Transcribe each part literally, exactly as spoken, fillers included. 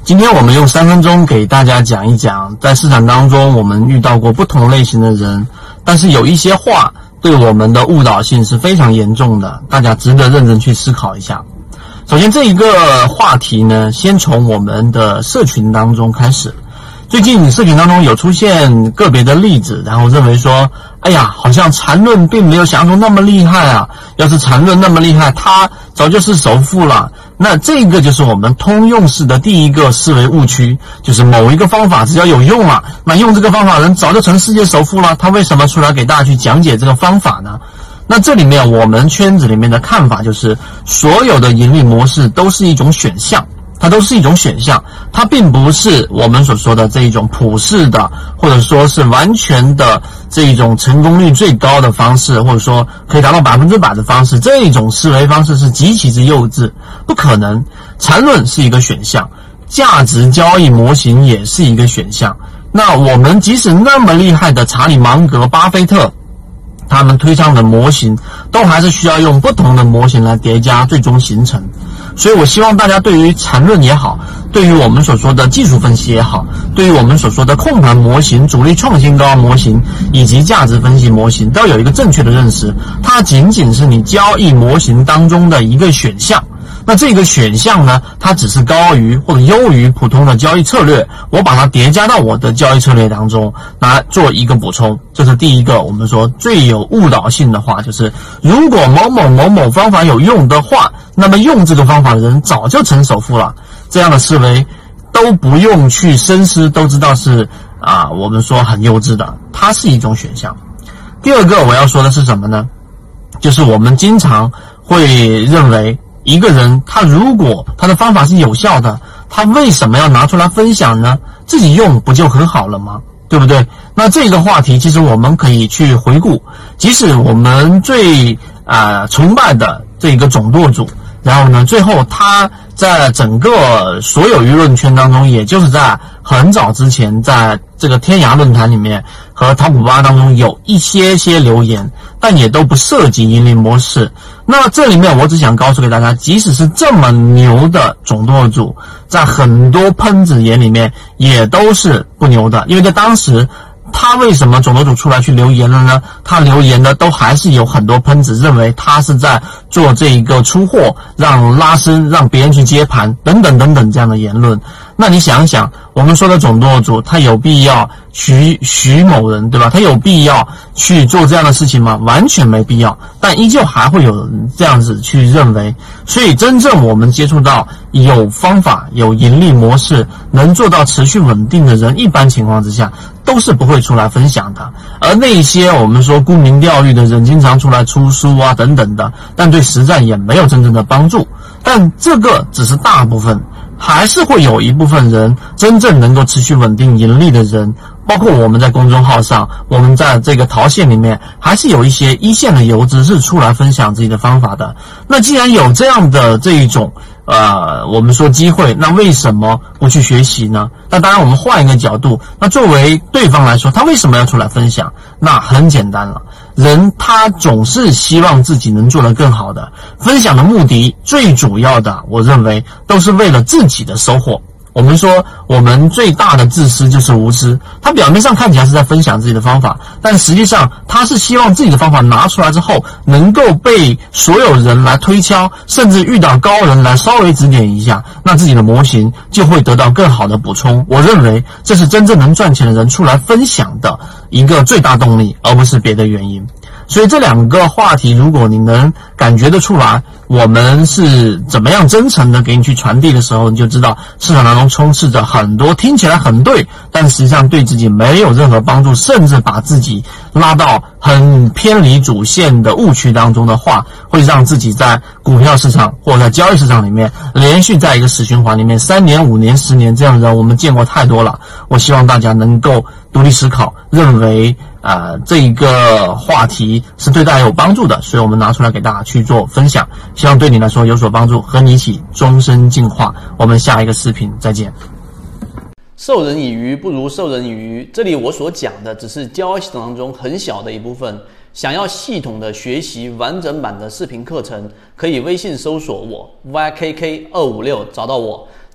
今天我们用三分钟给大家讲一讲，在市场当中我们遇到过不同类型的人，但是有一些话对我们的误导性是非常严重的，大家值得认真去思考一下。首先这一个话题呢，先从我们的社群当中开始。最近社群当中有出现个别的例子，然后认为说，哎呀，好像缠论并没有想象中那么厉害啊，要是缠论那么厉害，他早就是首富了。那这个就是我们通用式的第一个思维误区，就是某一个方法只要有用了，那用这个方法的人早就成世界首富了，他为什么出来给大家去讲解这个方法呢？那这里面我们圈子里面的看法就是，所有的盈利模式都是一种选项，它都是一种选项，它并不是我们所说的这一种普世的，或者说是完全的这一种成功率最高的方式，或者说可以达到百分之百的方式，这一种思维方式是极其之幼稚，不可能。缠论是一个选项，价值交易模型也是一个选项。那我们即使那么厉害的查理芒格、巴菲特，他们推上的模型都还是需要用不同的模型来叠加最终形成。所以我希望大家对于缠论也好，对于我们所说的技术分析也好，对于我们所说的控盘模型、主力创新高模型以及价值分析模型，都要有一个正确的认识，它仅仅是你交易模型当中的一个选项。那这个选项呢，它只是高于或者优于普通的交易策略，我把它叠加到我的交易策略当中来做一个补充。这是第一个我们说最有误导性的话，就是如果某某某某方法有用的话，那么用这个方法的人早就成首富了。这样的思维都不用去深思，都知道是啊，我们说很幼稚的，它是一种选项。第二个我要说的是什么呢？就是我们经常会认为一个人他如果他的方法是有效的，他为什么要拿出来分享呢？自己用不就很好了吗？对不对？那这个话题其实我们可以去回顾，即使我们最啊、呃、崇拜的这一个总舵主，然后呢最后他在整个所有舆论圈当中，也就是在很早之前在这个天涯论坛里面和淘普吧当中有一些些留言，但也都不涉及盈利模式。那这里面我只想告诉给大家，即使是这么牛的总舵主，在很多喷子眼里面也都是不牛的。因为在当时他为什么总舵主出来去留言了呢？他留言的都还是有很多喷子认为他是在做这一个出货，让拉升，让别人去接盘等等等等这样的言论。那你想想，我们说的总舵主他有必要徐徐某人，对吧？他有必要去做这样的事情吗？完全没必要，但依旧还会有人这样子去认为。所以真正我们接触到有方法、有盈利模式、能做到持续稳定的人，一般情况之下都是不会出来分享的。而那些我们说沽名钓誉的人，经常出来出书啊等等的，但对实战也没有真正的帮助。但这个只是大部分，还是会有一部分人真正能够持续稳定盈利的人，包括我们在公众号上，我们在这个淘线里面，还是有一些一线的游资是出来分享自己的方法的。那既然有这样的这一种呃，我们说机会，那为什么不去学习呢？那当然我们换一个角度，那作为对方来说，他为什么要出来分享？那很简单了，人他总是希望自己能做得更好的，分享的目的最主要的，我认为都是为了自己的收获。我们说我们最大的自私就是无知，他表面上看起来是在分享自己的方法，但实际上他是希望自己的方法拿出来之后能够被所有人来推敲，甚至遇到高人来稍微指点一下，那自己的模型就会得到更好的补充。我认为这是真正能赚钱的人出来分享的一个最大动力，而不是别的原因。所以这两个话题，如果你能感觉得出来我们是怎么样真诚的给你去传递的时候，你就知道市场当中充斥着很多听起来很对，但实际上对自己没有任何帮助，甚至把自己拉到很偏离主线的误区当中的话，会让自己在股票市场或者在交易市场里面连续在一个死循环里面三年、五年、十年，这样的人我们见过太多了。我希望大家能够独立思考，认为呃，这一个话题是对大家有帮助的，所以我们拿出来给大家去做分享，希望对你来说有所帮助，和你一起终身进化。我们下一个视频再见。 授人以鱼不如授人以渔，这里我所讲的只是交易系统当中很小的一部分。想要系统的学习完整版的视频课程，可以微信搜索我 Y K K 二五六找到我。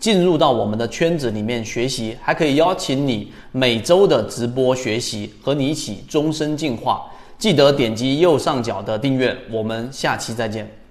进入到我们的圈子里面学习，还可以邀请你每周的直播学习，和你一起终身进化。记得点击右上角的订阅，我们下期再见。